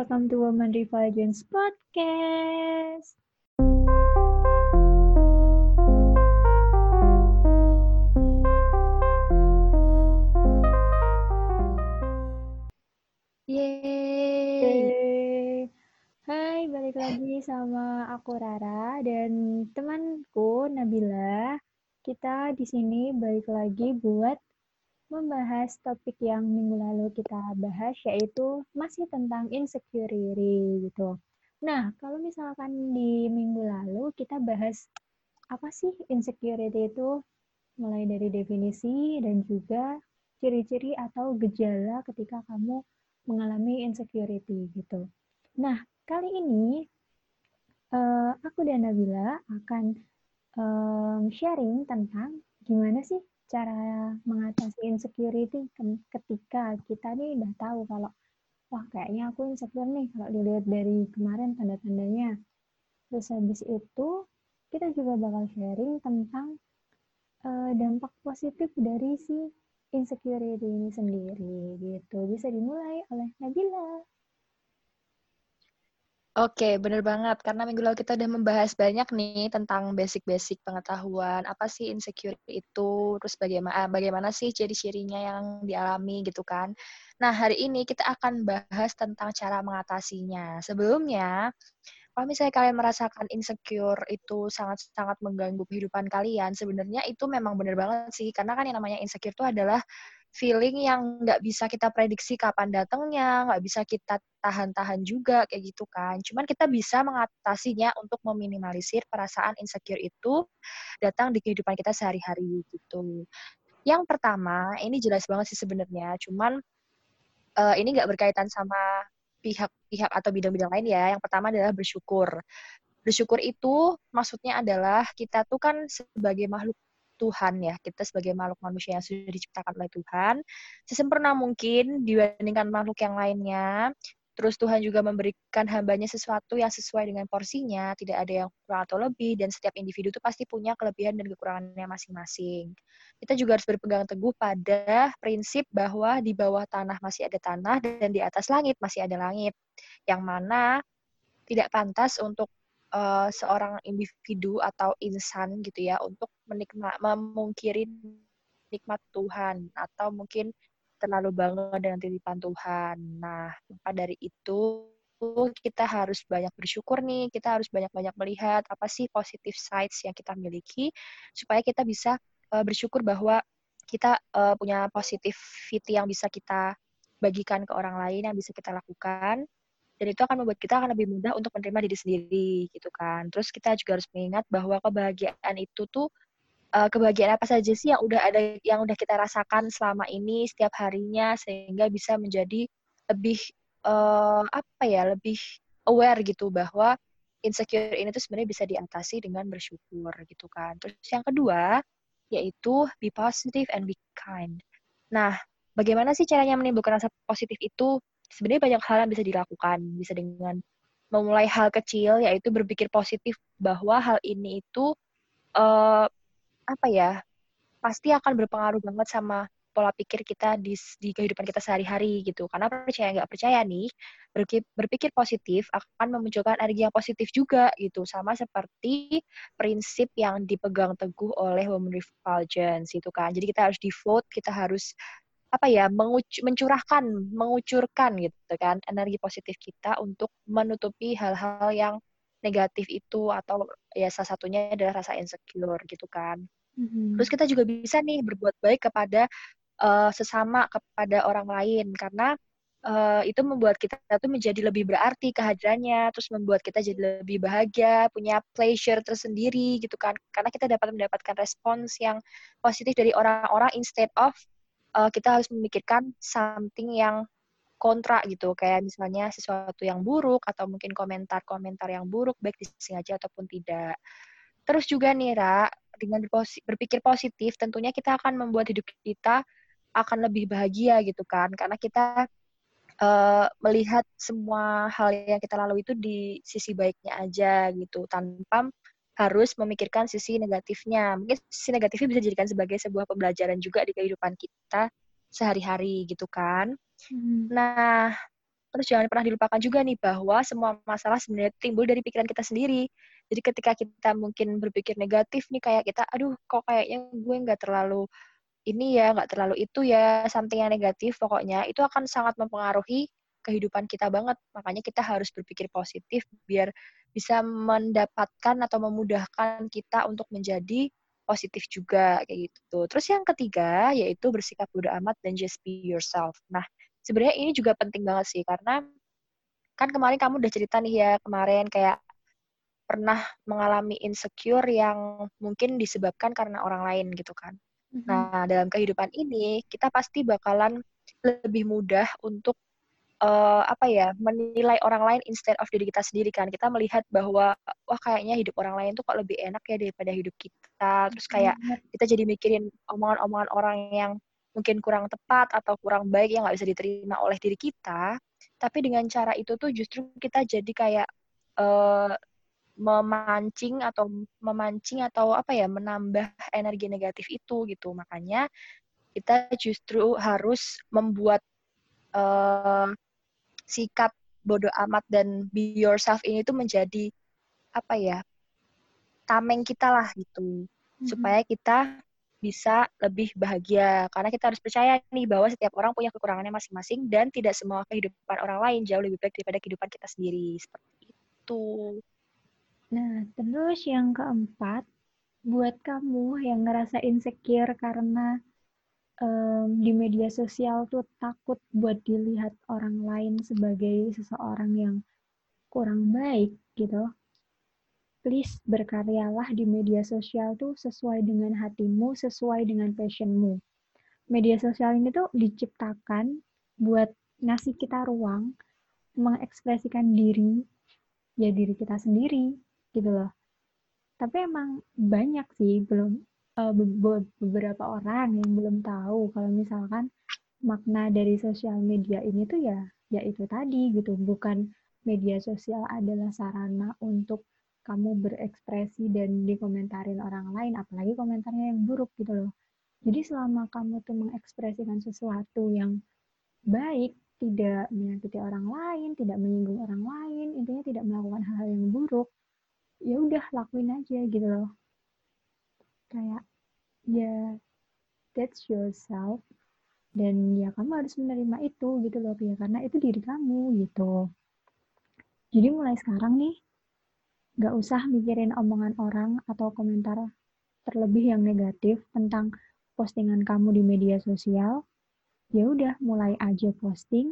welcome to Women Refulgence Podcast. Yeay. Hai, balik lagi sama aku Rara dan temanku Nabila. Kita di sini balik lagi buat membahas topik yang minggu lalu kita bahas, yaitu masih tentang insecurity gitu. Nah, kalau misalkan di minggu lalu kita bahas apa sih insecurity itu, mulai dari definisi dan juga ciri-ciri atau gejala ketika kamu mengalami insecurity gitu. Nah, kali ini aku dan Nabila akan sharing tentang gimana sih cara mengatasi insecurity ketika kita nih udah tahu kalau wah kayaknya aku insecure nih kalau dilihat dari kemarin tanda-tandanya. Terus habis itu kita juga bakal sharing tentang dampak positif dari si insecurity ini sendiri gitu. Bisa dimulai oleh Nabila. Oke, bener banget. Karena minggu lalu kita udah membahas banyak nih tentang basic-basic pengetahuan. Apa sih insecure itu, terus bagaimana sih ciri-cirinya yang dialami gitu kan. Nah, hari ini kita akan bahas tentang cara mengatasinya. Sebelumnya, kalau misalnya kalian merasakan insecure itu sangat-sangat mengganggu kehidupan kalian, sebenarnya itu memang bener banget sih. Karena kan yang namanya insecure itu adalah feeling yang nggak bisa kita prediksi kapan datangnya, nggak bisa kita tahan-tahan juga, kayak gitu kan. Cuman kita bisa mengatasinya untuk meminimalisir perasaan insecure itu datang di kehidupan kita sehari-hari, gitu. Yang pertama, ini jelas banget sih sebenarnya, cuman ini nggak berkaitan sama pihak-pihak atau bidang-bidang lain ya. Yang pertama adalah bersyukur. Bersyukur itu maksudnya adalah kita tuh kan sebagai makhluk Tuhan ya, kita sebagai makhluk manusia yang sudah diciptakan oleh Tuhan, sesempurna mungkin dibandingkan makhluk yang lainnya. Terus Tuhan juga memberikan hambanya sesuatu yang sesuai dengan porsinya, tidak ada yang kurang atau lebih, dan setiap individu itu pasti punya kelebihan dan kekurangannya masing-masing. Kita juga harus berpegang teguh pada prinsip bahwa di bawah tanah masih ada tanah, dan di atas langit masih ada langit. Yang mana tidak pantas untuk seorang individu atau insan gitu ya untuk memungkiri nikmat Tuhan atau mungkin terlalu bangga dengan titipan Tuhan. Nah, maka dari itu kita harus banyak bersyukur nih, kita harus banyak-banyak melihat apa sih positive sides yang kita miliki supaya kita bisa bersyukur bahwa kita punya positivity yang bisa kita bagikan ke orang lain, yang bisa kita lakukan, dan itu akan membuat kita akan lebih mudah untuk menerima diri sendiri gitu kan. Terus kita juga harus mengingat bahwa kebahagiaan itu tuh kebahagiaan apa saja sih yang udah kita rasakan selama ini setiap harinya sehingga bisa menjadi lebih lebih aware gitu bahwa insecure ini tuh sebenarnya bisa diatasi dengan bersyukur gitu kan. Terus yang kedua yaitu be positive and be kind. Nah, bagaimana sih caranya menimbulkan rasa positif itu? Sebenarnya banyak hal yang bisa dilakukan. Bisa dengan memulai hal kecil, yaitu berpikir positif bahwa hal ini itu uh, pasti akan berpengaruh banget sama pola pikir kita di kehidupan kita sehari-hari gitu. Karena percaya nggak percaya nih, berpikir positif akan memunculkan energi yang positif juga gitu. Sama seperti prinsip yang dipegang teguh oleh Women Refulgence gitu kan. Jadi kita harus devote, kita harus mengucurkan gitu kan energi positif kita untuk menutupi hal-hal yang negatif itu atau ya salah satunya adalah rasa insecure gitu kan. Terus kita juga bisa nih berbuat baik kepada sesama, kepada orang lain karena itu membuat kita tuh menjadi lebih berarti kehadirannya, terus membuat kita jadi lebih bahagia, punya pleasure tersendiri gitu kan. Karena kita dapat mendapatkan respons yang positif dari orang-orang instead of kita harus memikirkan something yang kontra gitu, kayak misalnya sesuatu yang buruk atau mungkin komentar-komentar yang buruk baik disengaja ataupun tidak. Terus juga nih, Ra, dengan berpikir positif, tentunya kita akan membuat hidup kita akan lebih bahagia gitu kan, karena kita melihat semua hal yang kita lalui itu di sisi baiknya aja gitu, tanpa harus memikirkan sisi negatifnya. Mungkin sisi negatifnya bisa dijadikan sebagai sebuah pembelajaran juga di kehidupan kita sehari-hari gitu kan. Nah, Terus jangan pernah dilupakan juga nih bahwa semua masalah sebenarnya timbul dari pikiran kita sendiri. Jadi ketika kita mungkin berpikir negatif nih, kayak kita, aduh kok kayaknya gue nggak terlalu ini ya, nggak terlalu itu ya, something yang negatif pokoknya, itu akan sangat mempengaruhi kehidupan kita banget. Makanya kita harus berpikir positif biar bisa mendapatkan atau memudahkan kita untuk menjadi positif juga, kayak gitu. Terus yang ketiga, yaitu bersikap bodo amat dan just be yourself. Nah, sebenarnya ini juga penting banget sih, karena kan kemarin kamu udah cerita nih ya, kemarin kayak pernah mengalami insecure yang mungkin disebabkan karena orang lain gitu kan. Mhm. Nah, dalam kehidupan ini kita pasti bakalan lebih mudah untuk menilai orang lain instead of diri kita sendiri kan. Kita melihat bahwa wah kayaknya hidup orang lain tuh kok lebih enak ya daripada hidup kita. Terus kayak Bener. kita jadi mikirin omongan-omongan orang yang mungkin kurang tepat atau kurang baik yang nggak bisa diterima oleh diri kita. Tapi dengan cara itu tuh justru kita jadi kayak uh, memancing atau menambah energi negatif itu gitu. Makanya kita justru harus membuat uh, sikap bodo amat dan be yourself ini tuh menjadi apa ya, tameng kita lah gitu, Mhm. supaya kita bisa lebih bahagia, karena kita harus percaya nih bahwa setiap orang punya kekurangannya masing-masing dan tidak semua kehidupan orang lain jauh lebih baik daripada kehidupan kita sendiri, seperti itu. Nah, terus yang keempat, buat kamu yang ngerasa insecure karena di media sosial tuh takut buat dilihat orang lain sebagai seseorang yang kurang baik gitu, please berkaryalah di media sosial tuh sesuai dengan hatimu, sesuai dengan passionmu. Media sosial ini tuh diciptakan buat ngasih kita ruang mengekspresikan diri, ya diri kita sendiri gitu loh. Tapi emang banyak sih belum beberapa orang yang belum tahu kalau misalkan makna dari sosial media ini tuh ya itu tadi gitu, bukan media sosial adalah sarana untuk kamu berekspresi dan dikomentarin orang lain, apalagi komentarnya yang buruk gitu loh. Jadi selama kamu tuh mengekspresikan sesuatu yang baik, tidak menyakiti orang lain, tidak menyinggung orang lain, intinya tidak melakukan hal-hal yang buruk, ya udah lakuin aja gitu loh. Kayak ya that's yourself, dan ya kamu harus menerima itu gitu loh ya, karena itu diri kamu gitu. Jadi mulai sekarang nih nggak usah mikirin omongan orang atau komentar terlebih yang negatif tentang postingan kamu di media sosial. Ya udah mulai aja posting,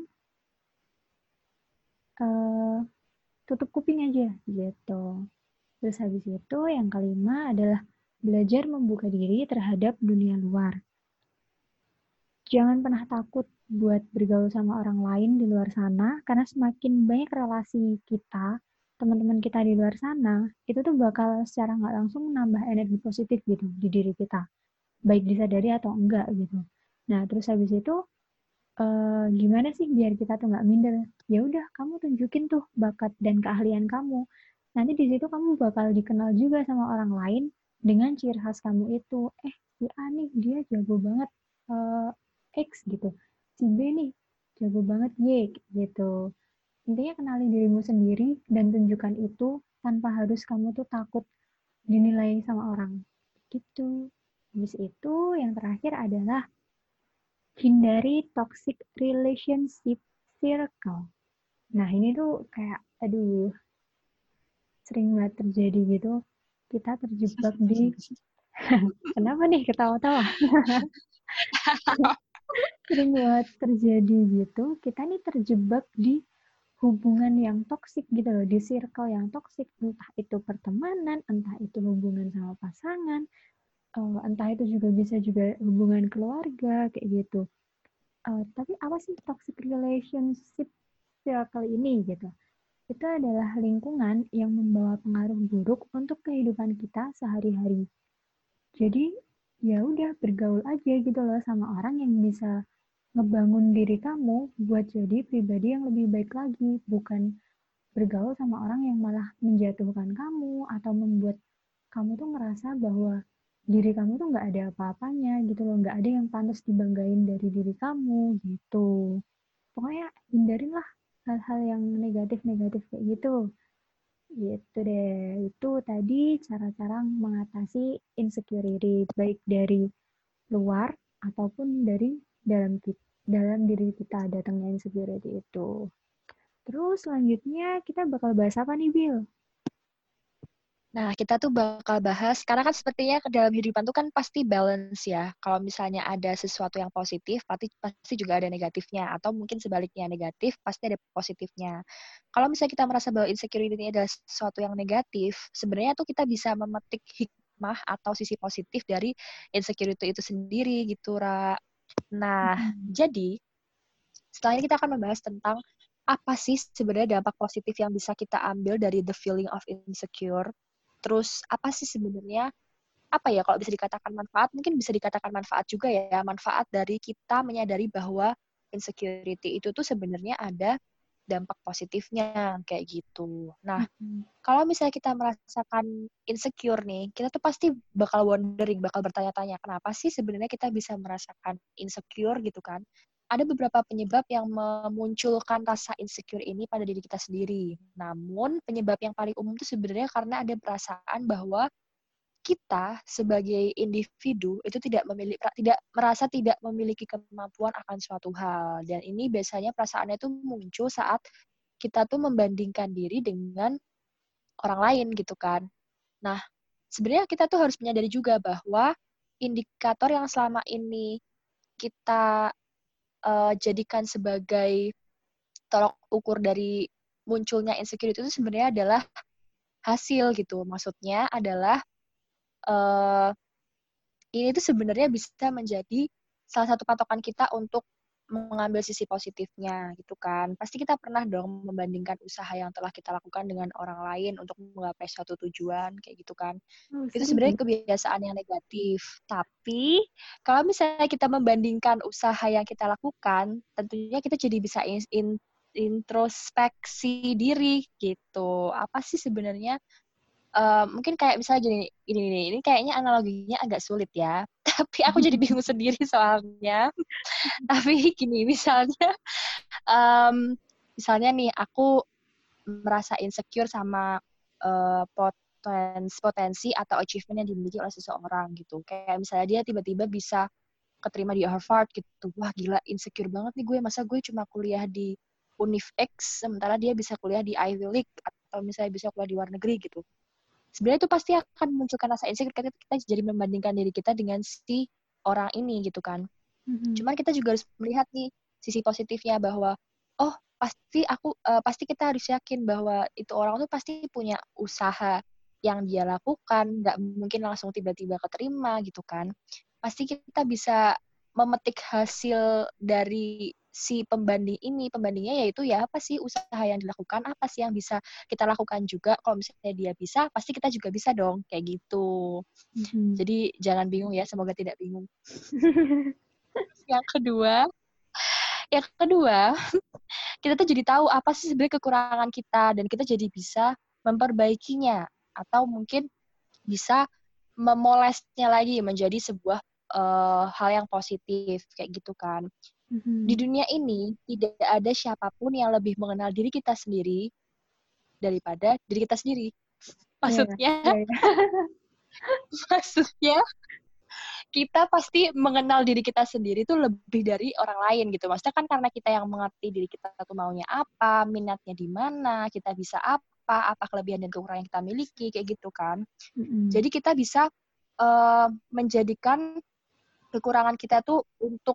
eh, tutup kuping aja gitu. Terus habis itu yang kelima adalah belajar membuka diri terhadap dunia luar. Jangan pernah takut buat bergaul sama orang lain di luar sana, karena semakin banyak relasi kita, teman-teman kita di luar sana, itu tuh bakal secara nggak langsung nambah energi positif gitu di diri kita, baik disadari atau enggak gitu. Nah, terus habis itu gimana sih biar kita tuh nggak minder? Ya udah, kamu tunjukin tuh bakat dan keahlian kamu. Nanti di situ kamu bakal dikenal juga sama orang lain dengan ciri khas kamu itu. Si A nih dia jago banget eh, X gitu. Si B nih jago banget Y gitu. Intinya kenali dirimu sendiri dan tunjukkan itu tanpa harus kamu tuh takut dinilai sama orang. Gitu. Habis itu yang terakhir adalah hindari toxic relationship circle. Nah, ini tuh kayak, aduh, sering banget terjadi gitu. Kita terjebak di, kenapa nih ketawa-tawa? Sering banget terjadi gitu. Kita nih terjebak di hubungan yang toksik gitu loh, di circle yang toksik. Entah itu pertemanan, entah itu hubungan sama pasangan, entah itu juga bisa juga hubungan keluarga, kayak gitu. Tapi apa sih toxic relationship circle ini gitu? Itu adalah lingkungan yang membawa pengaruh buruk untuk kehidupan kita sehari-hari. Jadi ya udah bergaul aja gitu loh sama orang yang bisa ngebangun diri kamu buat jadi pribadi yang lebih baik lagi, bukan bergaul sama orang yang malah menjatuhkan kamu atau membuat kamu tuh ngerasa bahwa diri kamu tuh nggak ada apa-apanya gitu loh, nggak ada yang pantas dibanggain dari diri kamu gitu. Pokoknya hindarin lah hal-hal yang negatif-negatif kayak gitu. Gitu deh. Itu tadi cara-cara mengatasi insecurity baik dari luar ataupun dari dalam diri kita datangnya insecurity itu. Terus selanjutnya kita bakal bahas apa nih, Bill? Nah, kita tuh bakal bahas, karena kan sepertinya ke dalam kehidupan tuh kan pasti balance ya. Kalau misalnya ada sesuatu yang positif, pasti juga ada negatifnya. Atau mungkin sebaliknya, negatif pasti ada positifnya. Kalau misalnya kita merasa bahwa insecurity ini adalah sesuatu yang negatif, sebenarnya tuh kita bisa memetik hikmah atau sisi positif dari insecurity itu sendiri gitu, Ra. Nah, jadi setelah ini kita akan membahas tentang apa sih sebenarnya dampak positif yang bisa kita ambil dari the feeling of insecure. Terus apa sih sebenarnya, apa ya kalau bisa dikatakan manfaat, mungkin bisa dikatakan manfaat juga ya, manfaat dari kita menyadari bahwa insecurity itu tuh sebenarnya ada dampak positifnya kayak gitu. Nah, kalau misalnya kita merasakan insecure nih, kita tuh pasti bakal wondering, bakal bertanya-tanya, kenapa sih sebenarnya kita bisa merasakan insecure gitu kan? Ada beberapa penyebab yang memunculkan rasa insecure ini pada diri kita sendiri. Namun, penyebab yang paling umum itu sebenarnya karena ada perasaan bahwa kita sebagai individu itu tidak memiliki kemampuan akan suatu hal. Dan ini biasanya perasaannya itu muncul saat kita tuh membandingkan diri dengan orang lain gitu kan. Nah, sebenarnya kita tuh harus menyadari juga bahwa indikator yang selama ini kita jadikan sebagai tolok ukur dari munculnya insecurity itu sebenarnya adalah hasil gitu. Maksudnya adalah uh, ini tuh sebenarnya bisa menjadi salah satu patokan kita untuk mengambil sisi positifnya gitu kan. Pasti kita pernah dong membandingkan usaha yang telah kita lakukan dengan orang lain untuk menggapai suatu tujuan kayak gitu kan. Oh, Itu sering ya? sebenarnya kebiasaan yang negatif. Tapi kalau misalnya kita membandingkan usaha yang kita lakukan, tentunya kita jadi bisa introspeksi diri gitu. Apa sih sebenarnya mungkin kayak misalnya ini kayaknya analoginya agak sulit ya. Tapi aku jadi bingung sendiri soalnya. Tapi gini, misalnya nih aku merasa insecure sama potensi atau achievement yang dimiliki oleh seseorang gitu. Kayak misalnya dia tiba-tiba bisa keterima di Harvard gitu. Wah gila, insecure banget nih gue. Masa gue cuma kuliah di Univ X, sementara dia bisa kuliah di Ivy League, atau misalnya bisa kuliah di luar negeri gitu. Sebenarnya itu pasti akan memunculkan rasa insecure ketika kita jadi membandingkan diri kita dengan si orang ini gitu kan. Cuman kita juga harus melihat nih sisi positifnya bahwa oh pasti kita harus yakin bahwa itu orang tuh pasti punya usaha yang dia lakukan, nggak mungkin langsung tiba-tiba keterima gitu kan. Pasti kita bisa memetik hasil dari si pembanding ini. Pembandingnya yaitu ya apa sih usaha yang dilakukan, apa sih yang bisa kita lakukan juga. Kalau misalnya dia bisa, pasti kita juga bisa dong kayak gitu. Jadi jangan bingung ya, semoga tidak bingung. Yang kedua, yang kedua, kita tuh jadi tahu apa sih sebenarnya kekurangan kita dan kita jadi bisa memperbaikinya atau mungkin bisa memolesnya lagi menjadi sebuah hal yang positif kayak gitu kan. Di dunia ini tidak ada siapapun yang lebih mengenal diri kita sendiri daripada diri kita sendiri. Maksudnya, Yeah, yeah. maksudnya kita pasti mengenal diri kita sendiri itu lebih dari orang lain gitu. Maksudnya kan karena kita yang mengerti diri kita tuh maunya apa, minatnya di mana, kita bisa apa kelebihan dan kekurangan yang kita miliki, kayak gitu kan. Jadi kita bisa menjadikan kekurangan kita tuh untuk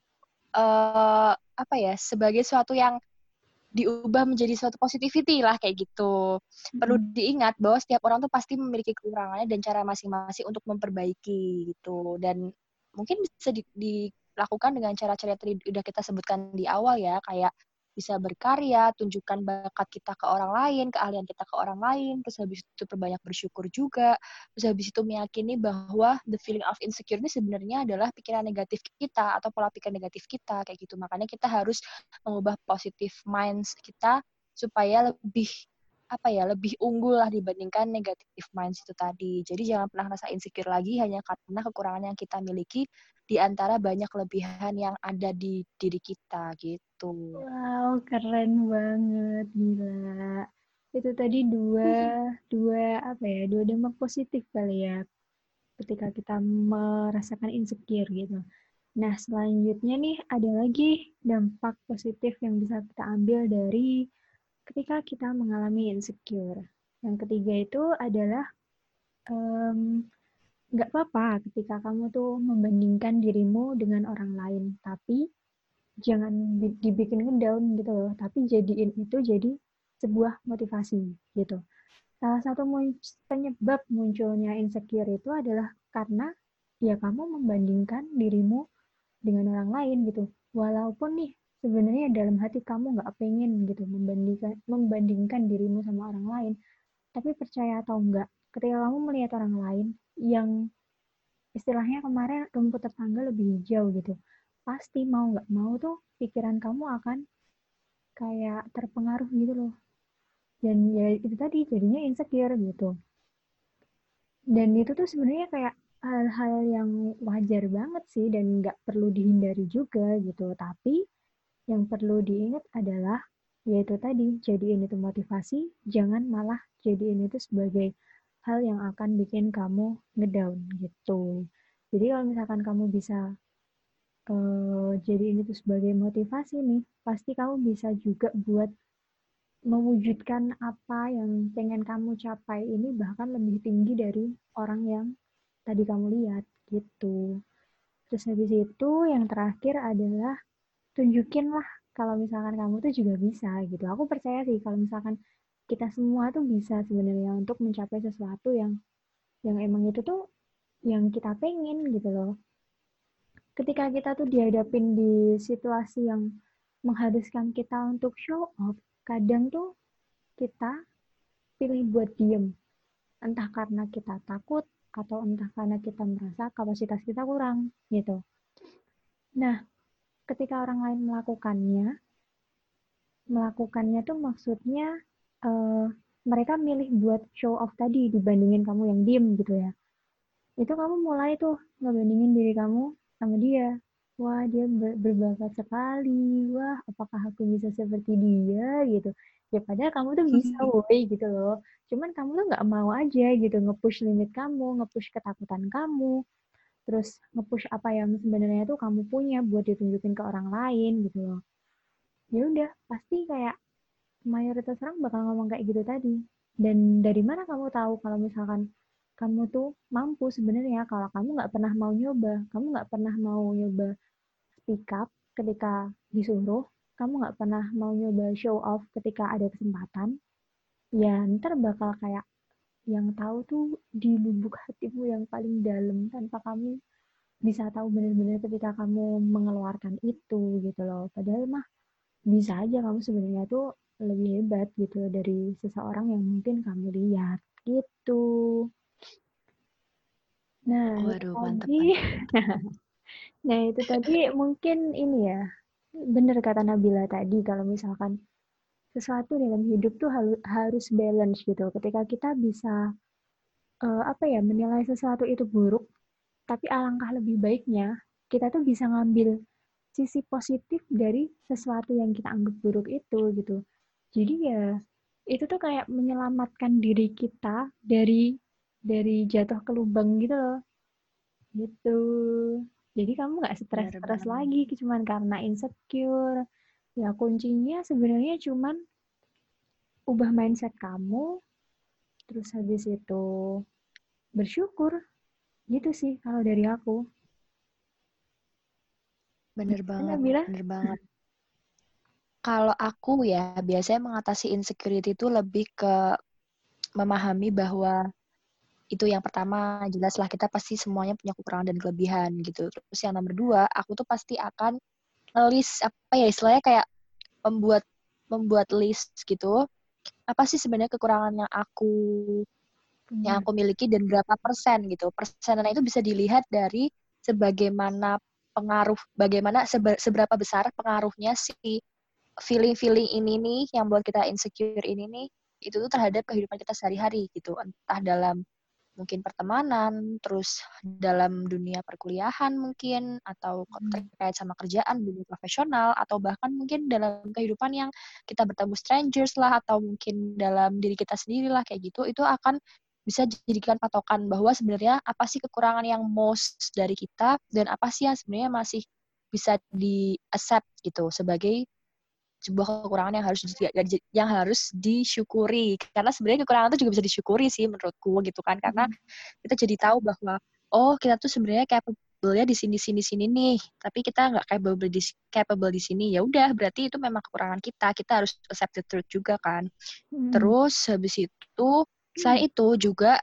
sebagai sesuatu yang diubah menjadi suatu positivity lah kayak gitu. Perlu diingat bahwa setiap orang tuh pasti memiliki kekurangannya dan cara masing-masing untuk memperbaiki gitu. Dan mungkin bisa dilakukan dengan cara-cara yang tadi udah kita sebutkan di awal ya, kayak bisa berkarya, tunjukkan bakat kita ke orang lain, keahlian kita ke orang lain, terus habis itu perbanyak bersyukur juga, terus habis itu meyakini bahwa the feeling of insecure ini sebenarnya adalah pikiran negatif kita atau pola pikir negatif kita kayak gitu. Makanya kita harus mengubah positive minds kita supaya lebih lebih unggul lah dibandingkan negative minds itu tadi. Jadi jangan pernah ngerasa insecure lagi hanya karena kekurangan yang kita miliki di antara banyak kelebihan yang ada di diri kita gitu. Wow, keren banget, gila. Itu tadi dua dampak positif kali ya, ketika kita merasakan insecure gitu. Nah, selanjutnya nih ada lagi dampak positif yang bisa kita ambil dari ketika kita mengalami insecure. Yang ketiga itu adalah nggak apa-apa ketika kamu tuh membandingkan dirimu dengan orang lain, tapi jangan dibikin ngedown gitu loh, tapi jadiin itu jadi sebuah motivasi gitu. Salah satu penyebab munculnya insecure itu adalah karena ya kamu membandingkan dirimu dengan orang lain gitu. Walaupun nih sebenarnya dalam hati kamu nggak pengen gitu membandingkan dirimu sama orang lain, tapi percaya atau enggak, ketika kamu melihat orang lain yang istilahnya kemarin rumput tetangga lebih hijau gitu, pasti mau nggak mau tuh pikiran kamu akan kayak terpengaruh gitu loh. Dan ya itu tadi jadinya insecure gitu. Dan itu tuh sebenarnya kayak hal-hal yang wajar banget sih dan nggak perlu dihindari juga gitu. Tapi yang perlu diingat adalah yaitu tadi jadiin itu motivasi, jangan malah jadiin itu sebagai hal yang akan bikin kamu ngedown gitu. Jadi kalau misalkan kamu bisa jadiin itu sebagai motivasi nih, pasti kamu bisa juga buat mewujudkan apa yang pengen kamu capai ini bahkan lebih tinggi dari orang yang tadi kamu lihat gitu. Terus habis itu yang terakhir adalah tunjukin lah kalau misalkan kamu tuh juga bisa gitu. Aku percaya sih kalau misalkan kita semua tuh bisa sebenarnya untuk mencapai sesuatu yang emang itu tuh yang kita pengen gitu loh. Ketika kita tuh dihadapin di situasi yang mengharuskan kita untuk show off, kadang tuh kita pilih buat diem. Entah karena kita takut atau entah karena kita merasa kapasitas kita kurang gitu. Nah, ketika orang lain melakukannya tuh maksudnya uh, mereka milih buat show off tadi dibandingin kamu yang diem gitu ya. Itu kamu mulai tuh ngebandingin diri kamu sama dia. Wah, dia berbakat sekali. Wah, apakah aku bisa seperti dia gitu. Ya padahal kamu tuh bisa woi gitu loh. Cuman kamu tuh nggak mau aja gitu nge-push limit kamu, nge-push ketakutan kamu, terus nge-push apa yang sebenarnya tuh kamu punya buat ditunjukin ke orang lain gitu loh. Ya udah, pasti kayak mayoritas orang bakal ngomong kayak gitu tadi. Dan dari mana kamu tahu kalau misalkan kamu tuh mampu sebenarnya kalau kamu nggak pernah mau nyoba, kamu nggak pernah mau nyoba speak up ketika disuruh, kamu nggak pernah mau nyoba show off ketika ada kesempatan, ya ntar bakal kayak yang tahu tuh di lubuk hatimu yang paling dalam tanpa kamu bisa tahu benar-benar ketika kamu mengeluarkan itu gitu loh. Padahal mah bisa aja kamu sebenarnya tuh lebih hebat gitu dari seseorang yang mungkin kamu lihat gitu. Nah, itu Waduh, mantap, tadi, mantap. nah itu tadi mungkin ini ya, bener kata Nabila tadi kalau misalkan sesuatu dalam hidup tuh harus balance gitu. Ketika kita bisa apa ya menilai sesuatu itu buruk, tapi alangkah lebih baiknya kita tuh bisa ngambil sisi positif dari sesuatu yang kita anggap buruk itu gitu. Jadi ya itu tuh kayak menyelamatkan diri kita dari jatuh ke lubang gitu loh. Gitu. Jadi kamu nggak Bener stres-stres banget. lagi cuman karena insecure. Ya kuncinya sebenarnya cuman ubah mindset kamu, terus habis itu bersyukur. Gitu sih kalau dari aku. Bener Gimana banget, Bila? bener banget. Kalau aku ya, biasanya mengatasi insecurity itu lebih ke memahami bahwa itu yang pertama, jelaslah kita pasti semuanya punya kekurangan dan kelebihan gitu. Terus yang nomor dua, aku tuh pasti akan list apa ya istilahnya kayak membuat membuat list gitu. Apa sih sebenarnya kekurangan yang Punya. aku miliki dan berapa persen gitu. Persennya itu bisa dilihat dari sebagaimana bagaimana seberapa besar pengaruhnya si feeling-feeling ini nih yang buat kita insecure ini nih itu tuh terhadap kehidupan kita sehari-hari gitu, entah dalam mungkin pertemanan, terus dalam dunia perkuliahan mungkin, atau terkait sama kerjaan, dunia profesional, atau bahkan mungkin dalam kehidupan yang kita bertemu strangers lah, atau mungkin dalam diri kita sendiri lah, kayak gitu, itu akan bisa dijadikan patokan bahwa sebenarnya apa sih kekurangan yang most dari kita, dan apa sih yang sebenarnya masih bisa di-accept gitu, sebagai sebuah kekurangan yang harus disyukuri, karena sebenarnya kekurangan itu juga bisa disyukuri sih menurutku gitu kan, karena kita jadi tahu bahwa oh kita tuh sebenarnya capable-nya di sini nih, tapi kita nggak capable di sini, ya udah berarti itu memang kekurangan kita harus accept the truth juga kan. Terus habis itu selain itu juga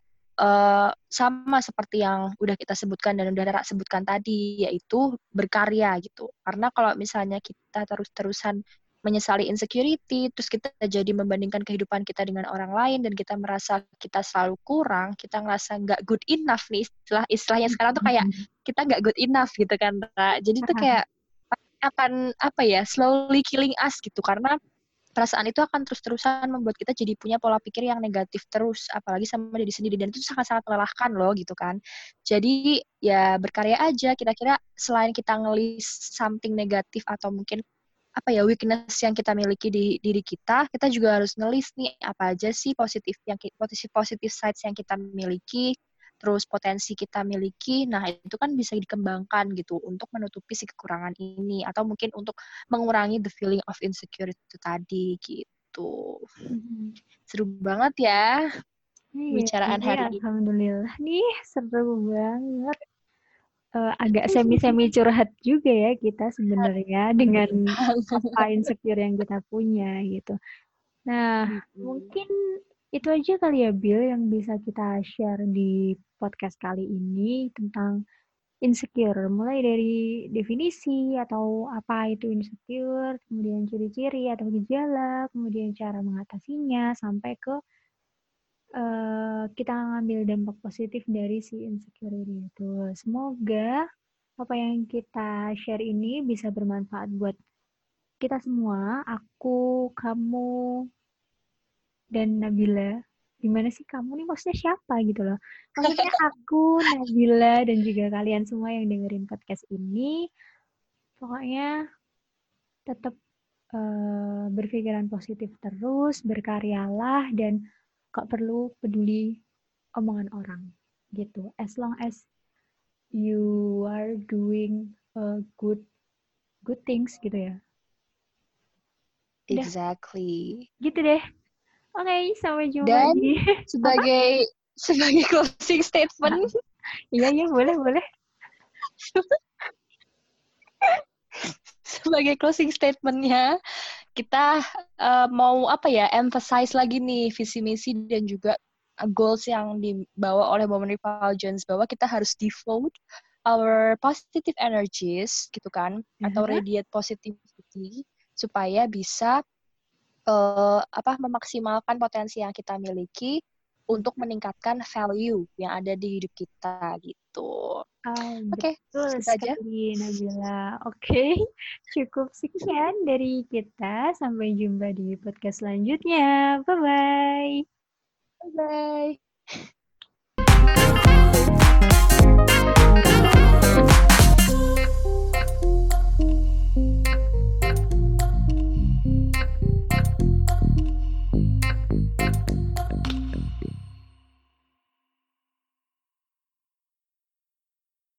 sama seperti yang udah kita sebutkan dan udah Rara sebutkan tadi, yaitu berkarya gitu. Karena kalau misalnya kita terus-terusan menyesali insecurity, terus kita jadi membandingkan kehidupan kita dengan orang lain, dan kita merasa kita selalu kurang, kita ngerasa nggak good enough nih, istilahnya sekarang tuh kayak kita nggak good enough gitu kan, Ra. Jadi tuh kayak akan slowly killing us gitu, karena perasaan itu akan terus-terusan membuat kita jadi punya pola pikir yang negatif terus, apalagi sama diri sendiri, dan itu sangat-sangat melelahkan loh gitu kan. Jadi ya berkarya aja, kira-kira selain kita ngelis something negatif atau mungkin weakness yang kita miliki di diri kita juga harus ngelis nih apa aja sih positif sides yang kita miliki, terus potensi kita miliki. Nah, itu kan bisa dikembangkan gitu untuk menutupi si kekurangan ini, atau mungkin untuk mengurangi the feeling of insecurity itu tadi gitu. Seru banget ya pembicaraan hari ini. Alhamdulillah nih, seru banget. Agak semi-semi curhat juga ya kita sebenarnya dengan apa insecure yang kita punya gitu. Nah, mungkin itu aja kali ya Bill yang bisa kita share di podcast kali ini tentang insecure. Mulai dari definisi atau apa itu insecure, kemudian ciri-ciri atau gejala, kemudian cara mengatasinya, sampai ke kita ngambil dampak positif dari si insecurity itu. Semoga apa yang kita share ini bisa bermanfaat buat kita semua, aku, kamu, dan Nabila. Gimana sih kamu nih, maksudnya siapa gitu loh. Maksudnya aku, Nabila, dan juga kalian semua yang dengerin podcast ini. Pokoknya tetap berpikiran positif terus, berkaryalah, dan gak perlu peduli omongan orang gitu. As long as you are doing good things gitu ya. Udah. Exactly. Gitu deh. Oke, sampai jumpa Dan di sebagai closing statement. Iya, boleh. Sebagai closing statement-nya, kita mau emphasize lagi nih visi misi dan juga goals yang dibawa oleh Women Refulgence, bahwa kita harus devote our positive energies gitu kan, atau radiate positivity, supaya bisa memaksimalkan potensi yang kita miliki untuk meningkatkan value yang ada di hidup kita gitu. Oke, betul sekali Nabila. Oke, cukup sekian dari kita. Sampai jumpa di podcast selanjutnya. Bye-bye. Bye-bye.